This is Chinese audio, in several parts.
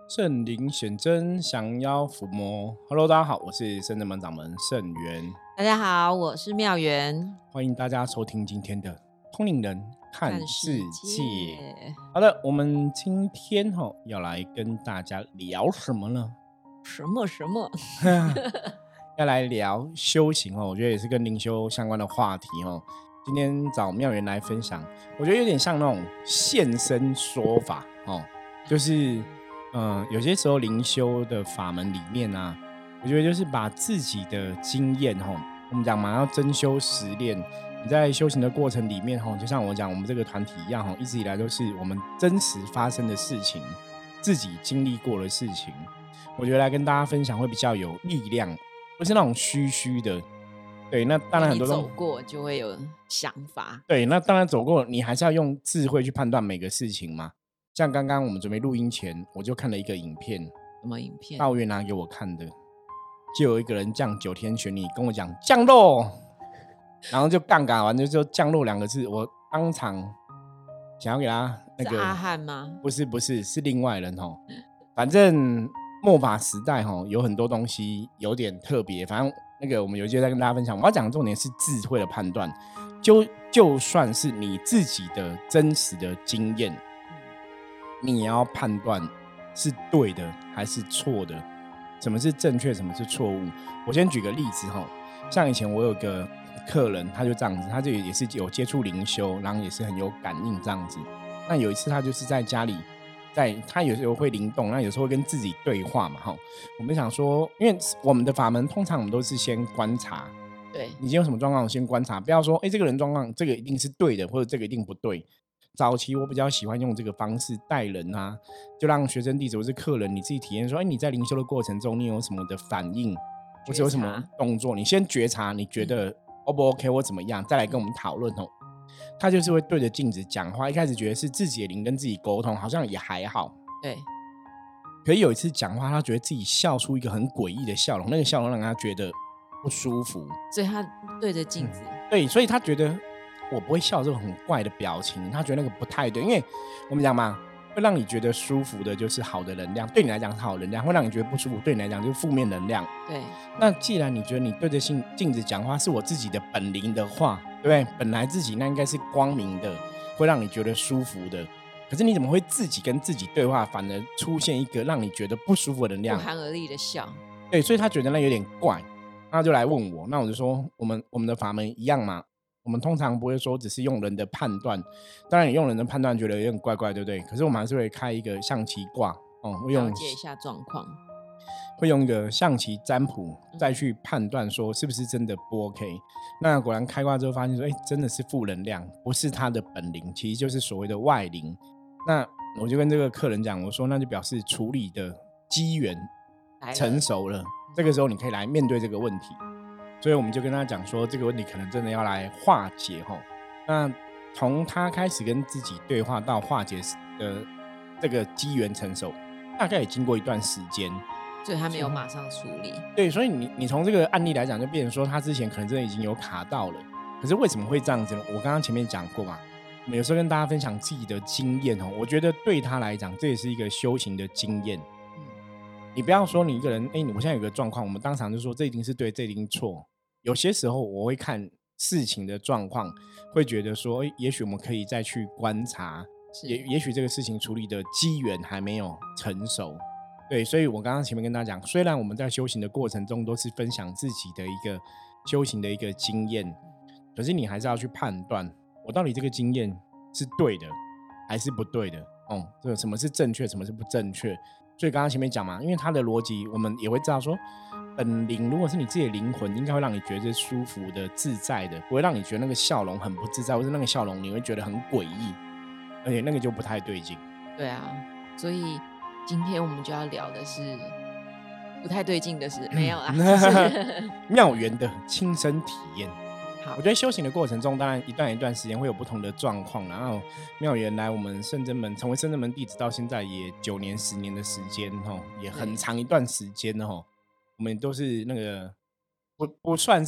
圣灵显真，降妖伏魔。Hello，大家好，我是圣真门掌门圣元， 大家好，我是妙媛， 欢迎大家收听今天的通灵人看看世世界。 界。 好的，我们今天要来跟大家聊什么呢？ 什么？ 要来聊修行我觉得也是跟灵修相关的话题今天找妙元来分享，我觉得有点像那种现身说法就是有些时候灵修的法门里面啊，我觉得就是把自己的经验我们讲嘛，要真修实练。你在修行的过程里面就像我讲我们这个团体一样一直以来都是我们真实发生的事情，自己经历过的事情，我觉得来跟大家分享会比较有力量，不是那种虚虚的。对，那当然很多走过就会有想法。 对，那当然走过，你还是要用智慧去判断每个事情嘛。像刚刚我们准备录音前，我就看了一个影片， 什么影片？ 道月拿给我看的，就有一个人降九天玄女跟我讲降落，然后就杠杆完就降落两个字，我当场想要给他那个是阿汉吗？ 不是是另外人反正末法时代有很多东西有点特别，反正那个我们有机会再跟大家分享。我要讲的重点是智慧的判断，就算是你自己的真实的经验，你也要判断是对的还是错的，什么是正确，什么是错误。我先举个例子像以前我有个客人，他就这样子，他就也是有接触灵修，然后也是很有感应这样子。那有一次他就是在家里，他有时候会灵动，那有时候会跟自己对话嘛我们想说，因为我们的法门通常我们都是先观察， 对， 你今天有什么状况，我先观察，不要说这个人状况这个一定是对的，或者这个一定不对。早期我比较喜欢用这个方式带人啊，就让学生弟子或是客人你自己体验说，你在灵修的过程中你有什么的反应，或者有什么动作，你先觉察你觉得 O 不 OK 或怎么样，再来跟我们讨论他就是会对着镜子讲话，一开始觉得是自己的灵跟自己沟通，好像也还好。 对， 可是有一次讲话，他觉得自己笑出一个很诡异的笑容，那个笑容让他觉得不舒服， 所以他对着镜子， 对，所以他觉得我不会笑这种很怪的表情，他觉得那个不太对，因为我们讲嘛，会让你觉得舒服的就是好的能量，对你来讲是好能量，会让你觉得不舒服，对你来讲就是负面能量。 对， 那既然你觉得你对着镜子讲话是我自己的本灵的话，对不对？本来自己那应该是光明的，会让你觉得舒服的。可是你怎么会自己跟自己对话，反而出现一个让你觉得不舒服的能量？ 不寒而栗的笑。 对，所以他觉得那有点怪，他就来问我，那我就说我们的法门一样嘛，我们通常不会说只是用人的判断，当然你用人的判断觉得有点怪怪，对不对？可是我们还是会开一个象棋卦会了用解一下状况。 会用一个象棋占卜再去判断说是不是真的不 OK。那果然开卦之后发现说，真的是负能量，不是他的本灵，其实就是所谓的外灵。那我就跟这个客人讲，我说那就表示处理的机缘成熟了，这个时候你可以来面对这个问题。所以我们就跟他讲说，这个问题可能真的要来化解那从他开始跟自己对话到化解的这个机缘成熟，大概也经过一段时间。 所以他没有马上处理。 对，所以你从这个案例来讲，就变成说他之前可能真的已经有卡到了，可是为什么会这样子呢？我刚刚前面讲过嘛，我们有时候跟大家分享自己的经验我觉得对他来讲，这也是一个修行的经验。你不要说你一个人，我现在有个状况，我们当场就说这一定是对，这一定错。有些时候我会看事情的状况，会觉得说，也许我们可以再去观察，也许这个事情处理的机缘还没有成熟。对，所以我刚刚前面跟大家讲，虽然我们在修行的过程中都是分享自己的一个修行的一个经验，可是你还是要去判断，我到底这个经验是对的还是不对的这个什么是正确，什么是不正确。所以刚刚前面讲嘛，因为他的逻辑我们也会知道说，本灵如果是你自己的灵魂，应该会让你觉得舒服的、自在的，不会让你觉得那个笑容很不自在，或者那个笑容你会觉得很诡异，而且那个就不太对劲。 对啊，所以今天我们就要聊的是不太对劲的事，没有啦， 妙缘的亲身体验。 好， 我觉得修行的过程中，当然一段时间会有不同的状况，然后妙缘来我们圣真门，成为圣真门弟子到现在也9年10年的时间也很长一段时间我们都是那个不算是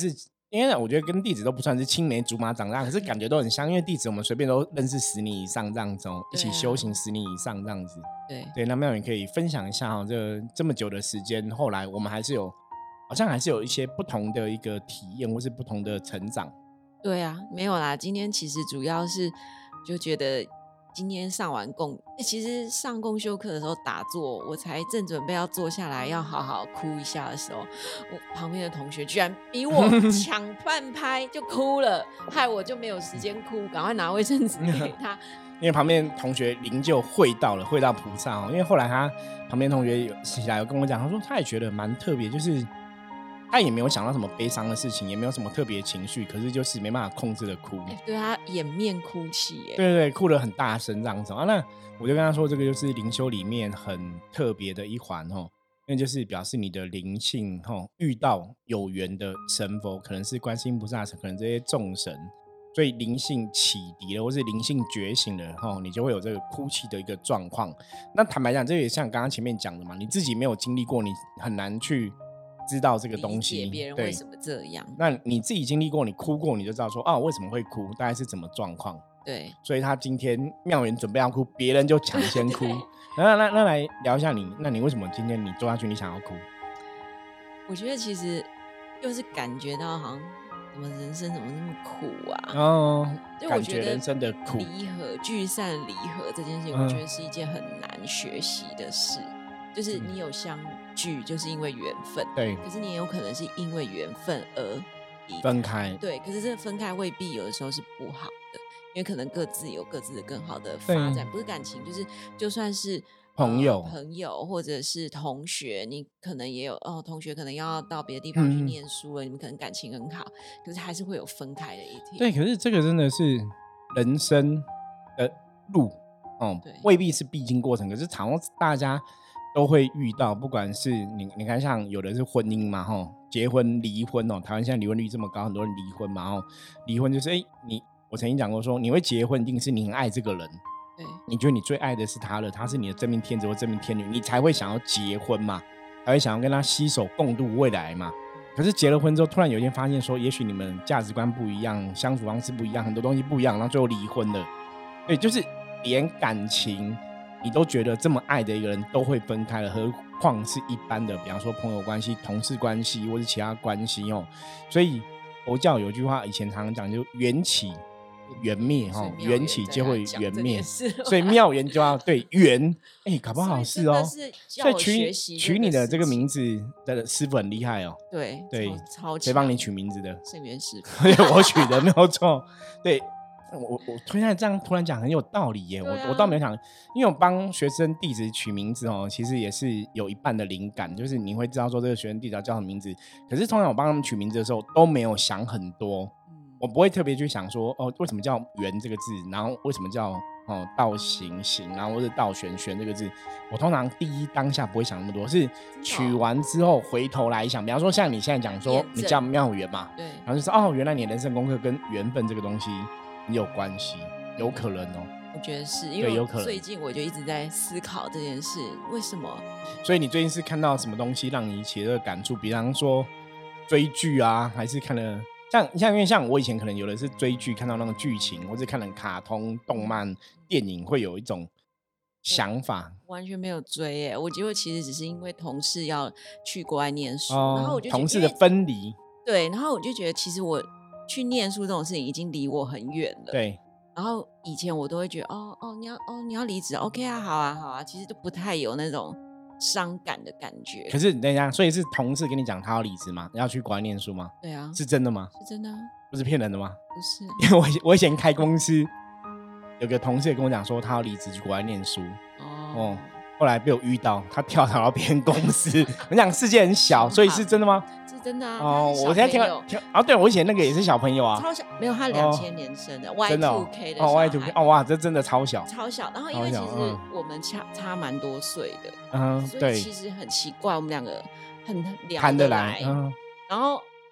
因为我觉得跟弟子都不算是青梅竹马长大，可是感觉都很像，因为弟子我们随便都认识10年以上这样子一起修行10年以上这样子。对，那妙云可以分享一下这么久的时间，后来我们好像还是有一些不同的一个体验，或是不同的成长。 对啊，没有啦，今天其实主要是就觉得今天上完其实上共修课的时候打坐，我才正准备要坐下来要好好哭一下的时候，我旁边的同学居然比我抢半拍就哭了，害我就没有时间哭，赶快拿卫生纸给他。 因为旁边同学灵就会到菩萨因为后来他旁边同学起来有跟我讲，他说他也觉得蛮特别，就是他也没有想到什么悲伤的事情，也没有什么特别情绪，可是就是没办法控制的哭。 对，他掩面哭泣耶。 对，哭得很大声这样子那我就跟他说，这个就是灵修里面很特别的一环因为就是表示你的灵性遇到有缘的神佛，可能是观世音菩萨，可能这些众神，所以灵性启迪了，或是灵性觉醒了你就会有这个哭泣的一个状况。那坦白讲，这也像刚刚前面讲的嘛，你自己没有经历过，你很难去知道这个东西， 理解别人为什么这样。 那你自己经历过，你哭过，你就知道说为什么会哭，大概是怎么状况。 对， 所以他今天妙缘准备要哭，别人就抢先哭。那来聊一下你，那你为什么今天你坐下去你想要哭？ 我觉得其实就是感觉到好像我们人生怎么那么苦就我觉得人生的苦， 离合聚散离合这件事情，我觉得是一件很难学习的事。就是你有相聚，就是因为缘分， 对。 可是你也有可能是因为缘分而分开， 对。可是这个分开未必有的时候是不好的，因为可能各自有各自的更好的发展，不是感情，就算是朋友或者是同学，你可能也有同学可能要到别的地方去念书了，你们可能感情很好，可是还是会有分开的一天。 对，可是这个真的是人生的路未必是必经过程，可是常大家都会遇到，不管是你看，像有的是婚姻嘛结婚离婚台湾现在离婚率这么高，很多人离婚嘛离婚就是我曾经讲过说，你会结婚一定是你很爱这个人， 对， 你觉得你最爱的是他了，他是你的真命天子或真命天女，你才会想要结婚嘛，才会想要跟他携手共度未来嘛。可是结了婚之后，突然有一天发现说，也许你们价值观不一样，相处方式不一样，很多东西不一样，然后最后离婚了。对，就是连感情你都觉得这么爱的一个人都会分开了，何况是一般的，比方说朋友关系、同事关系或是其他关系所以佛教有句话以前常常讲，就缘起缘灭缘起就会缘灭，所以妙缘就要对缘搞不好是所以取你的这个名字的师傅很厉害对，超谁帮你取名字的？ 圣元师傅我取的没有错。对，我突然这样突然讲很有道理耶。我倒没有想，因为我帮学生弟子取名字其实也是有一半的灵感，就是你会知道说这个学生弟子要叫什么名字，可是通常我帮他们取名字的时候都没有想很多，我不会特别去想说为什么叫缘这个字，然后为什么叫道行行，然后或者道玄玄这个字，我通常第一当下不会想那么多，是取完之后回头来想，比方说像你现在讲说你叫妙缘嘛， 对， 然后就说原来你的人生功课跟缘分这个东西很有关系，有可能我觉得是因为最近我就一直在思考这件事，为什么？ 所以你最近是看到什么东西让你起了感触？比方说追剧啊，还是看了因为像我以前可能有的是追剧，看到那个剧情，或是看了卡通、动漫、电影，会有一种想法。 完全没有追耶，我觉得其实只是因为同事要去国外念书，然后我就同事的分离， 对，然后我就觉得其实我去念书这种事情已经离我很远了。 对。 然后以前我都会觉得你要离职 ，OK 啊，好啊，其实都不太有那种伤感的感觉。 可是等一下，所以是同事跟你讲他要离职吗？要去国外念书吗？ 对啊。 是真的吗？ 是真的啊。 不是骗人的吗？ 不是。 因为我以前开公司，有个同事也跟我讲说他要离职去国外念书后来被我遇到，他跳槽到别人公司。我讲世界很小，所以是真的吗？ 是真的啊。 我现在听对，我以前那个也是小朋友啊， 超小，没有他2000年生的Y2K 的 Y2K 哇，这真的超小， 超小。然后因为其实我们差蛮多岁的，所以其实很奇怪，我们两个很聊得来。然后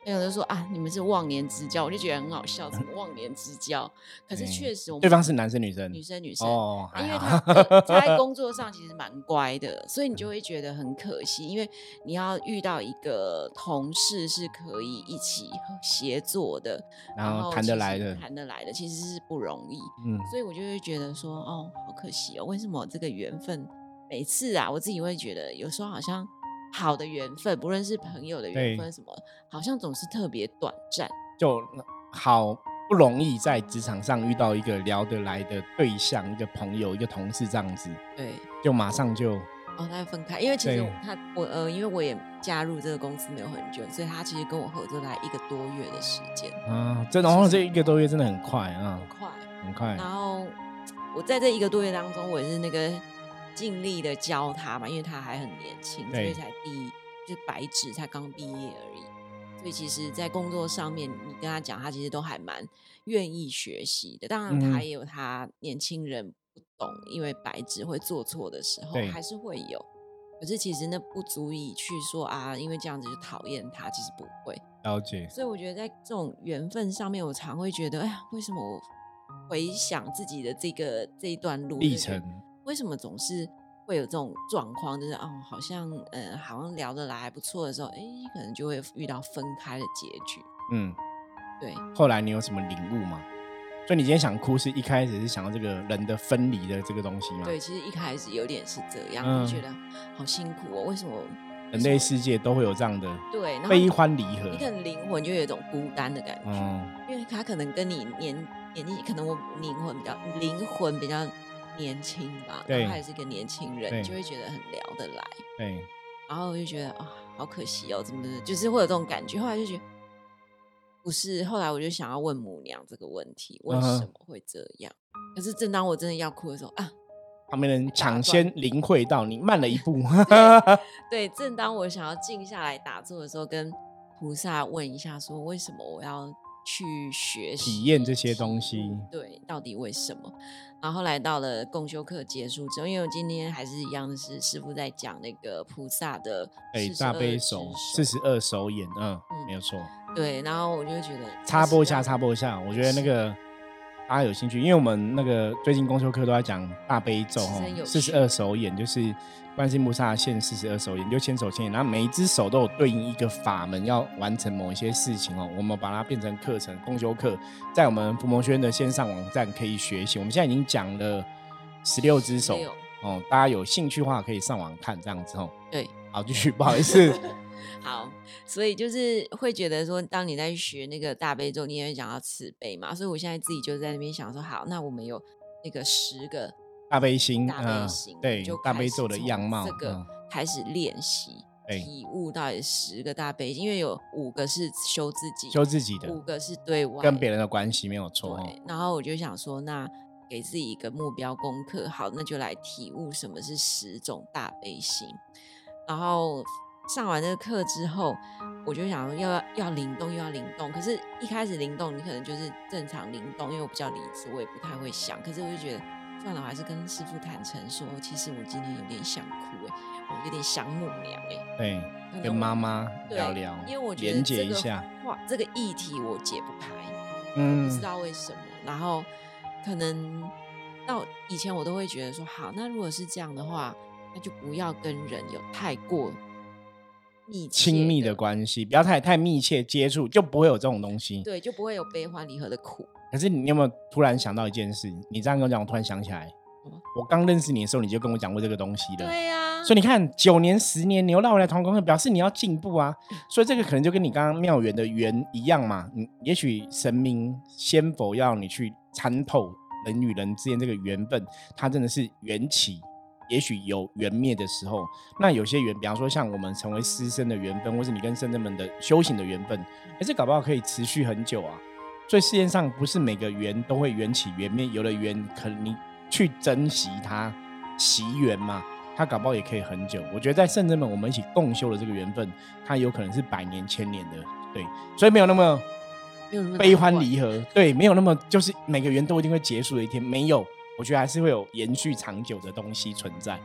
朋友就说啊，你们是忘年之交，我就觉得很好笑，怎么忘年之交？可是确实我们对方是男生女生？ 女生哦， 因为还好。 他在工作上其实蛮乖的，所以你就会觉得很可惜，因为你要遇到一个同事是可以一起协作的， 然后谈得来的， 其实是不容易。所以我就会觉得说，哦，好可惜哦，为什么这个缘分每次啊，我自己会觉得有时候好像好的缘分，不论是朋友的缘分什么，好像总是特别短暂， 就好不容易在职场上遇到一个聊得来的对象，一个朋友，一个同事这样子， 对， 就马上就他分开，因为其实因为我也加入这个公司没有很久，所以他其实跟我合作来1个多月的时间啊，真的，然后这1个多月真的很快啊，很快。 然后我在这1个多月当中，我也是那个尽力的教他嘛，因为他还很年轻，所以才就白纸才刚毕业而已。所以其实，在工作上面，你跟他讲，他其实都还蛮愿意学习的。当然，他也有他年轻人不懂，因为白纸会做错的时候，还是会有。可是其实那不足以去说啊，因为这样子就讨厌他，其实不会。 了解。 所以我觉得在这种缘分上面，我常会觉得，哎呀，为什么我回想自己的这一段路历程， 为什么总是会有这种状况，就是好像聊得来还不错的时候，可能就会遇到分开的结局。对。 后来你有什么领悟吗？所以你今天想哭，是一开始是想到这个人的分离的这个东西吗？ 对，其实一开始有点是这样，就觉得好辛苦哦，为什么人类世界都会有这样的悲欢离合？ 你可能灵魂就有一种孤单的感觉，因为他可能跟你年纪，可能我灵魂比较年轻吧，然后他也是一个年轻人，就会觉得很聊得来。 对， 然后我就觉得好可惜哦，怎么的，就是会有这种感觉。后来就觉得不是，后来我就想要问母娘这个问题，为什么会这样？可是正当我真的要哭的时候旁边人抢先领会到你慢了一步。 对，正当我想要静下来打坐的时候，跟菩萨问一下说，为什么我要去学习体验这些东西？ 对，到底为什么？然后来到了共修课结束之后，因为我今天还是一样的是师父在讲那个菩萨的大悲手42手眼，没有错。 对，然后我就觉得插播一下，我觉得那个大家有兴趣，因为我们那个最近公修课都在讲大悲咒42手眼，就是观世音菩萨现42手眼，6000手千眼，然后每一只手都有对应一个法门，要完成某一些事情我们把它变成课程，公修课在我们伏魔学院的线上网站可以学习。我们现在已经讲了16只手大家有兴趣的话可以上网看这样子对， 好，继续，不好意思。 好，所以就是会觉得说，当你在学那个大悲咒，你也会讲到慈悲嘛，所以我现在自己就在那边想说，好，那我们有那个10个大悲心， 对， 就大悲咒的样貌， 这个开始练习，体悟到底10个大悲心，因为有5个是修自己的，5个是对外跟别人的关系，没有错。 对，然后我就想说，那给自己一个目标功课，好，那就来体悟什么是10种大悲心，然后上完这个课之后，我就想说要灵动，又要灵动。可是，一开始灵动，你可能就是正常灵动，因为我比较理智，我也不太会想。可是我就觉得，算了，我还是跟师父坦诚说，其实我今天有点想哭我有点想母娘对，跟妈妈聊聊， 因为我觉得连接一下， 这个议题我解不开，我不知道为什么。然后可能到以前我都会觉得说，好，那如果是这样的话，那就不要跟人有太过亲密的关系，不要太密切接触，就不会有这种东西。 对，就不会有悲欢离合的苦。 可是你有没有突然想到一件事？你这样跟我讲，我突然想起来，我刚认识你的时候，你就跟我讲过这个东西的。 对啊， 所以你看9年10年，你又绕回来同功课，表示你要进步啊。所以这个可能就跟你刚刚妙缘的缘一样嘛。也许神明仙佛要你去参透人与人之间这个缘分，它真的是缘起。也许有缘灭的时候，那有些缘，比方说像我们成为师生的缘分，或是你跟圣人们的修行的缘分，这搞不好可以持续很久啊。所以世界上不是每个缘都会缘起缘灭，有的缘可能你去珍惜它，惜缘嘛，它搞不好也可以很久。我觉得在圣人们我们一起共修的这个缘分，它有可能是100年1000年的，对，所以没有那么悲欢离合，对，没有那么就是每个缘都一定会结束的一天，没有。我觉得还是会有延续长久的东西存在。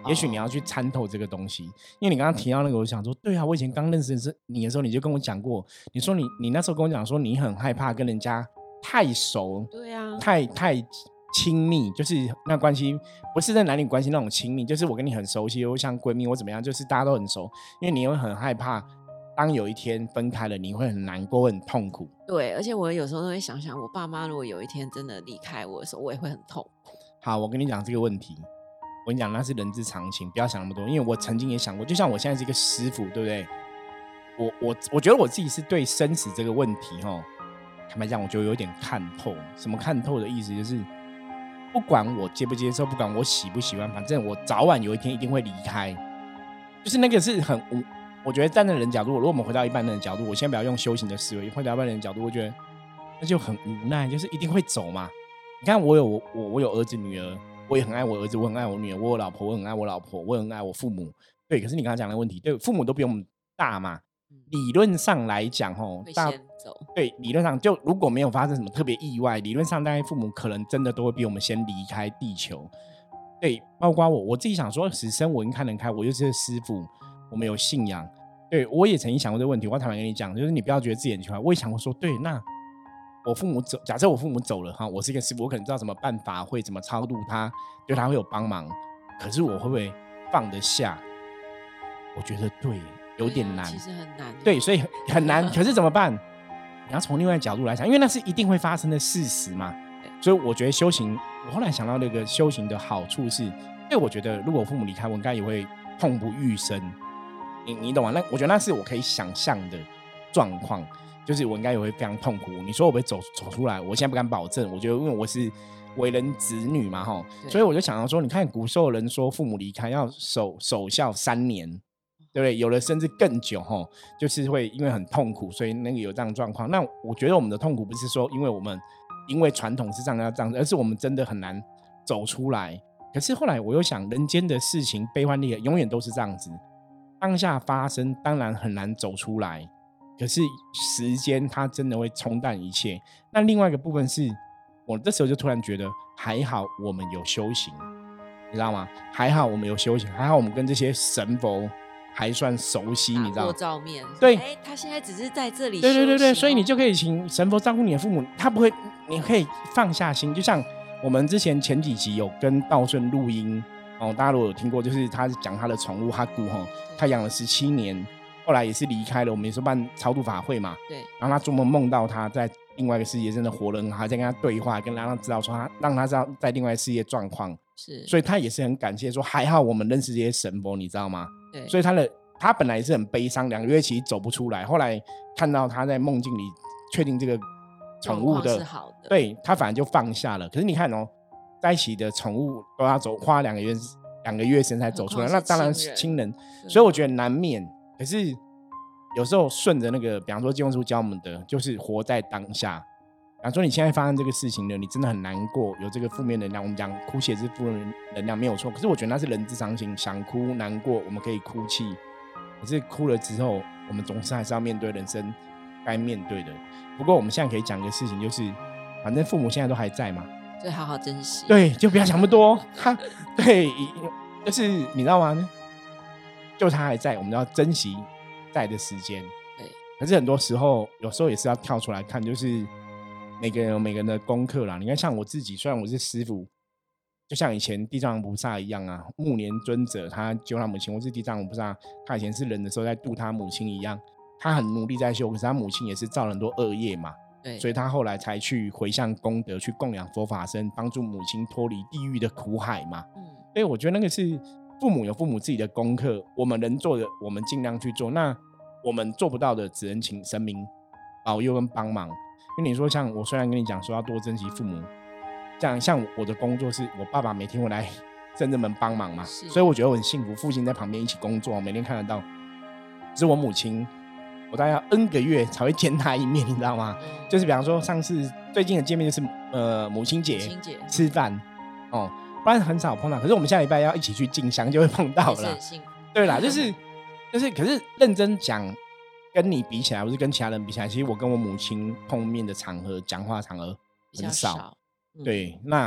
也许你要去参透这个东西。因为你刚刚提到那个，我想说，对啊，我以前刚认识你的时候，你就跟我讲过，你说你那时候跟我讲说，你很害怕跟人家太熟， 对啊， 太亲密，就是那关系不是在男女关系那种亲密，就是我跟你很熟悉，又像闺蜜或怎么样，就是大家都很熟，因为你会很害怕，当有一天分开了，你会很难过，会很痛苦。 对，而且我有时候都会想想，我爸妈如果有一天真的离开我的时候，我也会很痛苦。 好，我跟你讲这个问题，我跟你讲那是人之常情，不要想那么多，因为我曾经也想过，就像我现在是一个师傅，对不对？我觉得我自己是对生死这个问题坦白讲，我觉得有点看透。什么看透的意思？就是不管我接不接受，不管我喜不喜欢，反正我早晚有一天一定会离开。就是那个是很我觉得站在人角度，如果我们回到一般人的角度，我先不要用修行的思维，回到一般人的角度，我觉得那就很无奈，就是一定会走嘛。你看我有儿子女儿，我也很爱我儿子，我很爱我女儿，我有老婆，我很爱我老婆，我很爱我父母。对，可是你刚刚讲的问题，对，父母都比我们大嘛。理论上来讲会先走。 对，理论上就如果没有发生什么特别意外，理论上大概父母可能真的都会比我们先离开地球。对，包括我自己想说，死生我应看得开，我又是师父，我们有信仰。对，我也曾经想过这个问题，我坦白跟你讲，就是你不要觉得自己很奇怪，我也想过说，对，那我父母走，假设我父母走了我是一个师父，我可能知道什么办法会怎么超度他，对他会有帮忙，可是我会不会放得下？我觉得对，有点难， 其实很难。 对，所以很难。可是怎么办？你要从另外一个角度来想，因为那是一定会发生的事实嘛。所以我觉得修行，我后来想到那个修行的好处是，因为我觉得如果我父母离开我，应该也会痛不欲生。你懂吗？那我觉得那是我可以想象的状况，就是我应该也会非常痛苦。你说我会走出来，我现在不敢保证。我觉得因为我是为人子女嘛，所以我就想到说，你看古时候人说父母离开要守孝3年，对不对？有的甚至更久就是会因为很痛苦，所以那个有这样的状况。那我觉得我们的痛苦不是说因为传统是这样要这样，而是我们真的很难走出来。可是后来我又想，人间的事情悲欢离合永远都是这样子，当下发生当然很难走出来，可是时间它真的会冲淡一切。那另外一个部分是，我这时候就突然觉得还好我们有修行，你知道吗？还好我们有修行，还好我们跟这些神佛还算熟悉，你知道吗？ 照面， 对， 他现在只是在这里， 对，所以你就可以请神佛照顾你的父母，他不会，你可以放下心。就像我们之前前几集有跟道顺录音大家如果有听过，就是他讲他的宠物哈姑他养了17年，后来也是离开了，我们也是办超度法会嘛， 对， 然后他做梦到他在另外一个世界真的活人，还在跟他对话，跟让他知道说让他知道在另外一个世界状况， 是， 所以他也是很感谢说还好我们认识这些神佛，你知道吗？ 对， 所以他本来是很悲伤，2个月其实走不出来，后来看到他在梦境里确定这个宠物的是好的， 对，他反而就放下了。可是你看在一起的宠物都要花2个月时间才走出来，那当然是亲人，所以我觉得难免。可是有时候顺着那个，比方说金庸书教我们的，就是活在当下。比方说你现在发生这个事情了，你真的很难过，有这个负面能量，我们讲哭泣也是负面能量没有错。可是我觉得那是人之常情，想哭难过我们可以哭泣，可是哭了之后，我们总是还是要面对人生该面对的。不过我们现在可以讲一个事情，就是反正父母现在都还在嘛， 所以好好珍惜。 对，就不要想那么多。对，就是你知道吗？就他还在，我们要珍惜在的时间。 对， 可是很多时候，有时候也是要跳出来看，就是每个人有每个人的功课啦。你看，像我自己，虽然我是师父，就像以前地藏王菩萨一样啊，暮年尊者他救他母亲，我是地藏王菩萨，他以前是人的时候在度他母亲一样，他很努力在修，可是他母亲也是造了很多恶业嘛。 对， 所以他后来才去回向功德，去供养佛法僧，帮助母亲脱离地狱的苦海嘛。所以我觉得那个是父母有父母自己的功课，我们能做的我们尽量去做，那我们做不到的只能请神明保佑跟帮忙。因为你说像我虽然跟你讲说要多珍惜父母，像我的工作是我爸爸每天会来圣人们帮忙嘛，所以我觉得我很幸福，父亲在旁边一起工作，每天看得到。可是我母亲，我大概要 N 个月才会见她一面，你知道吗？就是比方说上次最近的见面就是母亲节吃饭不然很少碰到。可是我们下礼拜要一起去进香，就会碰到了。对啦，就是可是认真讲，跟你比起来，或是跟其他人比起来，其实我跟我母亲碰面的场合、讲话场合很少。对，那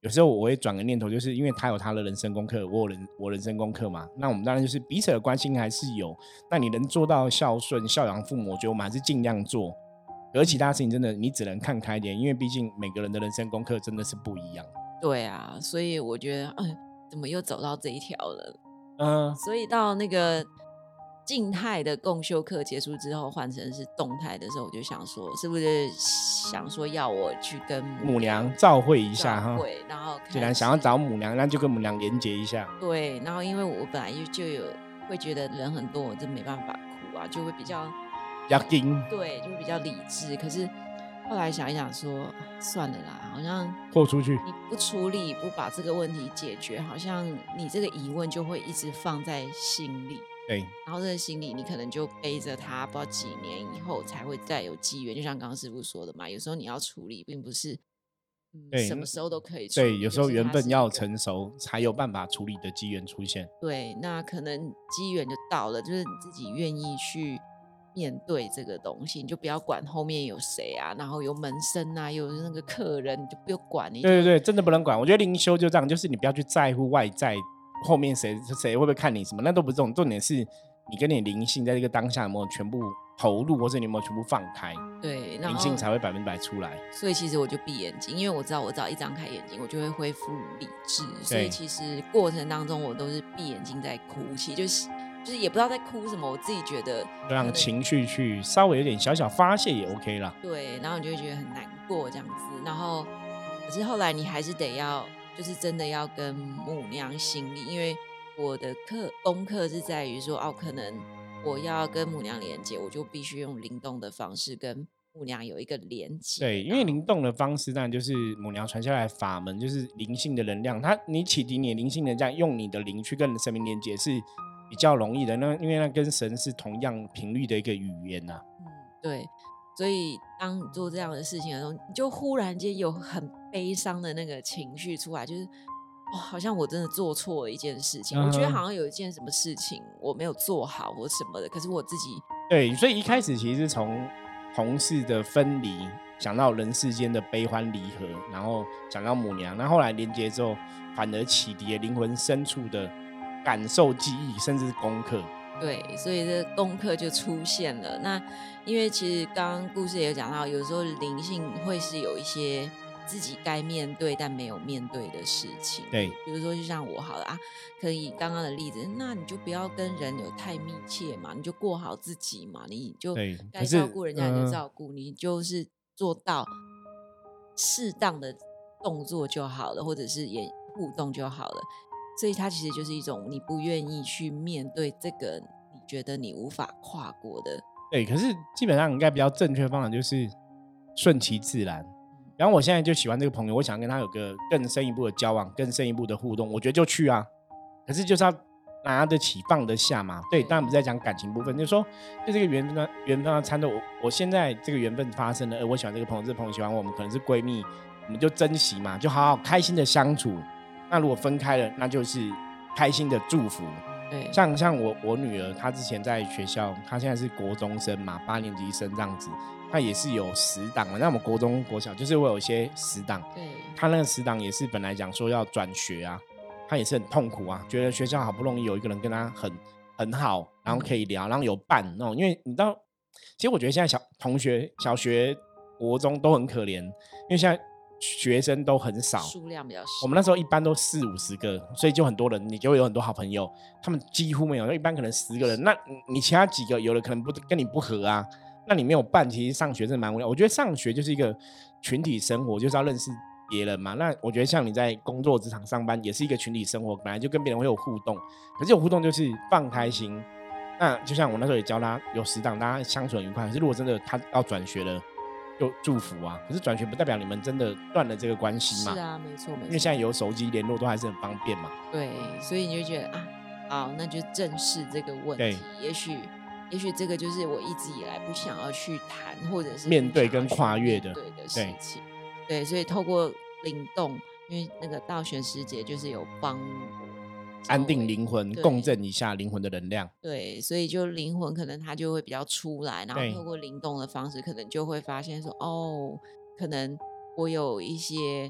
有时候我会转个念头，就是因为他有他的人生功课，我人生功课嘛，那我们当然就是彼此的关心还是有，那你能做到孝顺孝养父母，我觉得我们还是尽量做，而其他事情真的你只能看开一点，因为毕竟每个人的人生功课真的是不一样。 对啊，所以我觉得，怎么又走到这一条了？ 嗯， 所以到那个静态的共修课结束之后，换成是动态的时候，我就想说，是不是想说要我去跟母娘照会一下哈， 照会，然后既然想要找母娘，那就跟母娘连结一下。 对，然后因为我本来就有会觉得人很多，我真没办法哭啊，就会比较比较硬， 对，就会比较理智。可是后来想一想说，算了啦，好像豁出去。 你不处理，不把这个问题解决，好像你这个疑问就会一直放在心里。 对然后这个心里，你可能就背着它，不知道几年以后才会再有机缘。就像刚刚师傅说的嘛，有时候你要处理，并不是对什么时候都可以处对， 理。 有时候就是缘分要它是一个成熟，才有办法处理的机缘出现。 对，那可能机缘就到了，就是你自己愿意去面对这个东西，你就不要管后面有谁啊，然后有门生啊，有那个客人，你就不用管，你就对对对，真的不能管。我觉得灵修就这样，就是你不要去在乎外在后面谁会不会看你什么，那都不是重点，重点是你跟你灵性在这个当下有没有全部投入，或者你有没有全部放开， 对，然灵后性才会100%出来。 所以其实我就闭眼睛，因为我知道我只要一张开眼睛，我就会恢复理智。所以其实过程当中我都是闭眼睛在哭泣，就是也不知道在哭什么，我自己觉得就让情绪去稍微有点小小发泄也 OK 啦。 对，然后你就会觉得很难过这样子。然后可是后来你还是得要，就是真的要跟母娘心力，因为我的功课是在于说，可能我要跟母娘连接，我就必须用灵动的方式跟母娘有一个连接。 对，因为灵动的方式当然就是母娘传下来的法门，就是灵性的能量。你启迪你的灵性能量，用你的灵去跟神明连接是比较容易的。那因为那跟神是同样频率的一个语言呐。 对。所以当你做这样的事情的时候，你就忽然间有很悲伤的那个情绪出来，就是好像我真的做错了一件事情。我觉得好像有一件什么事情我没有做好或什么的，可是我自己对，所以一开始其实是从同事的分离想到人世间的悲欢离合，然后想到母娘，那后来连接之后，反而启迪了灵魂深处的感受、记忆，甚至是功课。 对，所以这功课就出现了。那因为其实刚刚故事也有讲到，有时候灵性会是有一些自己该面对但没有面对的事情。 对， 比如说就像我好了啊，可以刚刚的例子，那你就不要跟人有太密切嘛，你就过好自己嘛，你就该照顾人家你就照顾，你就是做到适当的动作就好了，或者是也互动就好了。所以它其实就是一种你不愿意去面对这个你觉得你无法跨过的。 对，可是基本上应该比较正确的方法就是顺其自然。然后我现在就喜欢这个朋友，我想跟他有个更深一步的交往，更深一步的互动，我觉得就去啊。可是就是要拿得起放得下嘛。对，当然不是在讲感情部分，就是说就这个缘分要掺透我现在这个缘分发生了，我喜欢这个朋友，这个朋友喜欢我们，可能是闺蜜，我们就珍惜嘛，就好好开心的相处。那如果分开了，那就是开心的祝福。 对， 像我女儿，她之前在学校，她现在是国中生嘛，8年级生这样子，她也是有死党嘛。那我们国中国小就是会有一些死党， 对， 她那个死党也是本来讲说要转学啊，她也是很痛苦啊，觉得学校好不容易有一个人跟她很好，然后可以聊，然后有伴那种。因为你知道，其实我觉得现在同学小学、国中都很可怜，因为现在学生都很少， 数量比较少。 我们那时候一般都40-50个，所以就很多人，你就会有很多好朋友。他们几乎没有，一般可能10个人。那你其他几个有的可能不跟你不合啊，那你没有伴，其实上学真的蛮无聊。我觉得上学就是一个群体生活，就是要认识别人嘛。那我觉得像你在工作职场上班，也是一个群体生活，本来就跟别人会有互动。可是有互动就是放开心。那就像我那时候也教他有死党，大家相处很愉快。可是如果真的他要转学了，就祝福啊！可是转学不代表你们真的断了这个关系嘛？ 是啊，没错没错。 因为现在有手机联络都还是很方便嘛。 对，所以你就觉得好，那就正视这个问题。也许这个就是我一直以来不想要去谈，或者是面对跟跨越的事情。对，所以透过灵动，因为那个道玄师姐就是有帮我安定灵魂，共振一下灵魂的能量。 对，所以就灵魂可能它就会比较出来，然后透过灵动的方式，可能就会发现说，可能我有一些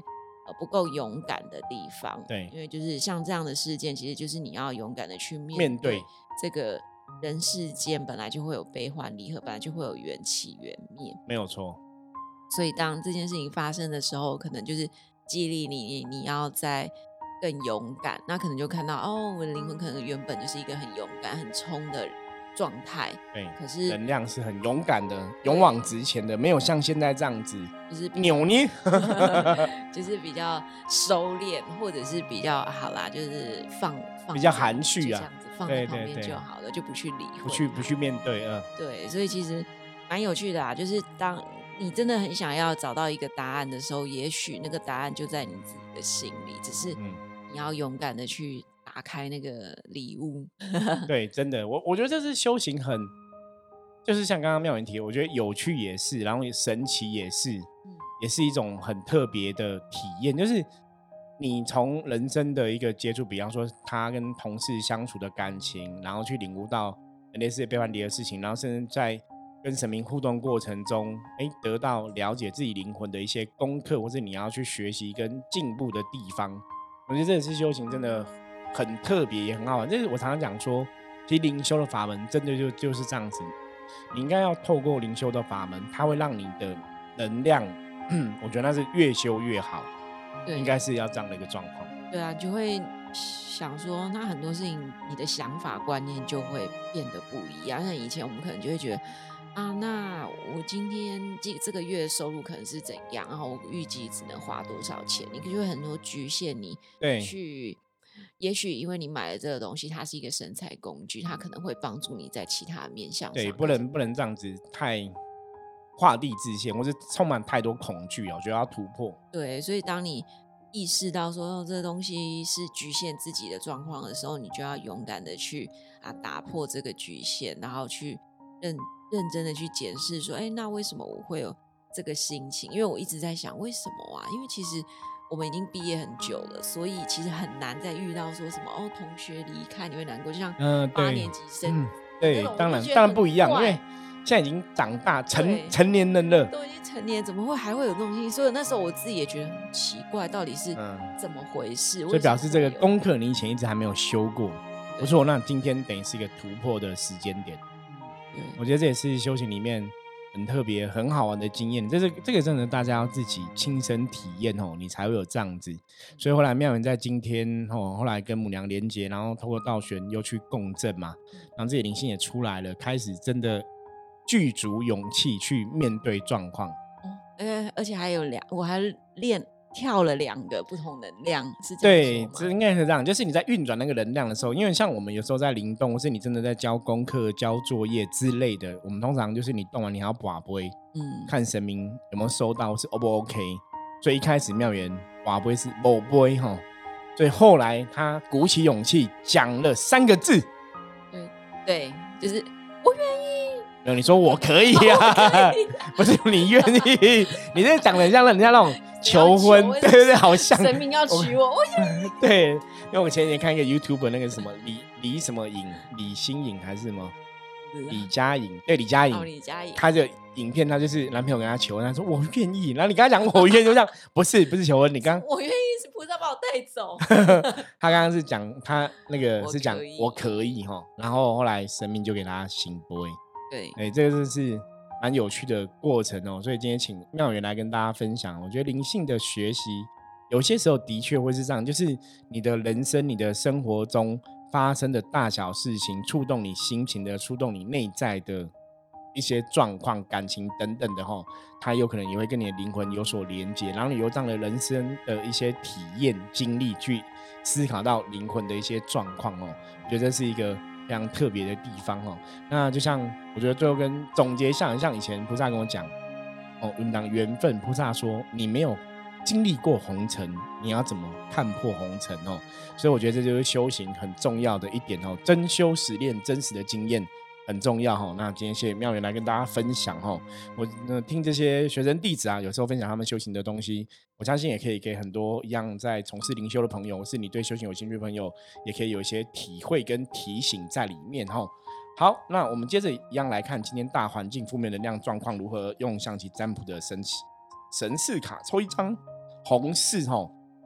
不够勇敢的地方。 对， 因为就是像这样的事件，其实就是你要勇敢的去面面对对这个人世间本来就会有悲欢离合，本来就会有缘起缘灭。 没有错。 所以当这件事情发生的时候，可能就是激励你要再更勇敢。那可能就看到哦，我的灵魂可能原本就是一个很勇敢、很冲的状态， 对， 可是能量是很勇敢的，勇往直前的，没有像现在这样子就是扭捏。 就是比较收敛，或者是比较好啦，就是放比较着含蓄啊就这样子放在旁边对对对就好了，就不去理不会去面对。 对，所以其实蛮有趣的啊，就是当你真的很想要找到一个答案的时候，也许那个答案就在你自己的心里，只是你要勇敢的去打开那个礼物。 对，真的，我觉得这是修行很，就是像刚刚妙云提的，我觉得有趣也是，然后神奇也是，也是一种很特别的体验，就是你从人生的一个接触，比方说他跟同事相处的感情，然后去领悟到人类世界悲欢离合的事情，然后甚至在跟神明互动过程中，得到了解自己灵魂的一些功课，或是你要去学习跟进步的地方。我觉得这次修行真的很特别，也很好玩。就是我常常讲说，其实灵修的法门真的就是这样子，你应该要透过灵修的法门，它会让你的能量，我觉得那是越修越好， 对， 应该是要这样的一个状况。 对啊，你就会想说，那很多事情你的想法观念就会变得不一样。像以前我们可能就会觉得啊，那我今天这个月收入可能是怎样，然后我预计只能花多少钱，你就会很多局限你对去。也许因为你买了这个东西，它是一个生财工具，它可能会帮助你在其他的面向上。 对，不能这样子太画地自限，或是充满太多恐惧我觉得要突破。 对，所以当你意识到说这个东西是局限自己的状况的时候，你就要勇敢的去打破这个局限，然后去认真的去检视说，那为什么我会有这个心情？因为我一直在想为什么啊？因为其实我们已经毕业很久了，所以其实很难再遇到说什么同学离开你会难过，就像8年级生， 对，当然不一样，因为现在已经长大成年人了， 都已经成年，怎么会还会有这种心情？所以那时候我自己也觉得很奇怪，到底是怎么回事？ 所以表示这个功课你以前一直还没有修过，不错，那今天等于是一个突破的时间点。我觉得这也是修行里面很特别、很好玩的经验。这个真的大家要自己亲身体验你才会有这样子。所以后来妙云在今天后来跟母娘连结，然后透过道玄又去共振嘛，然后自己灵性也出来了，开始真的具足勇气去面对状况。 而且还有我还跳了2个不同能量，是这样说吗？对， 这应该是这样。就是你在运转那个能量的时候，因为像我们有时候在灵动，或是你真的在交功课、交作业之类的，我们通常就是你动完，你还要跋杯，看神明有没有收到，是 O 不 OK。所以一开始妙元跋杯是某杯哈，所以后来他鼓起勇气讲了3个字， 对，就是我愿意。 没有，你说我可以啊，不是你愿意，你这讲的很像人家那种求婚，对，好像神明要娶我， 对，因为我前几天看一个 YouTuber， 那个什么李什么颖，李心颖还是什么李佳颖，对，李佳颖，他的影片，他就是男朋友跟他求婚，他说我愿意，然后你跟他讲我愿意，就这样，不是求婚，你刚我愿意是菩萨把我带走， 他刚刚是讲他那个是讲我可以然后后来神明就给他行杯。对，这个是蛮有趣的过程所以今天请妙元来跟大家分享。我觉得灵性的学习有些时候的确会是这样，就是你的人生、你的生活中发生的大小事情，触动你心情的，触动你内在的一些状况、感情等等的它有可能也会跟你的灵魂有所连接，然后你有这样的人生的一些体验经历去思考到灵魂的一些状况我觉得这是一个非常特别的地方那就像我觉得最后跟总结像以前菩萨跟我讲缘分，菩萨说你没有经历过红尘，你要怎么看破红尘所以我觉得这就是修行很重要的一点真修实练，真实的经验很重要那今天谢谢妙元来跟大家分享我听这些学生弟子有时候分享他们修行的东西，我相信也可以给很多一样在从事灵修的朋友，或是你对修行有兴趣的朋友，也可以有一些体会跟提醒在里面好，那我们接着一样来看今天大环境负面能量状况如何用象棋占卜的神士卡抽一张红士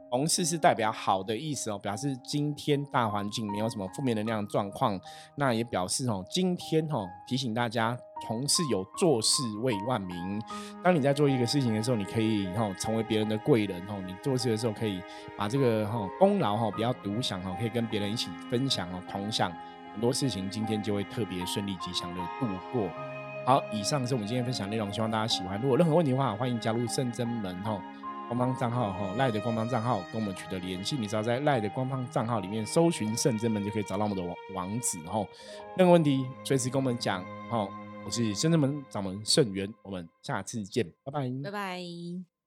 红四是代表好的意思哦，表示今天大环境没有什么负面能量状况。那也表示今天提醒大家，红是有做事为万民。当你在做一个事情的时候，你可以成为别人的贵人你做事的时候可以把这个功劳不要独享可以跟别人一起分享同享，很多事情今天就会特别顺利吉祥的度过。好，以上是我们今天分享内容，希望大家喜欢。如果有任何问题的话，欢迎加入圣真门官方账号赖的官方账号跟我们取得联系。你只要在赖的官方账号里面搜寻圣真门，就可以找到我们的网址任何问题随时跟我们讲我是圣真门掌门圣元，我们下次见，拜拜。 拜拜。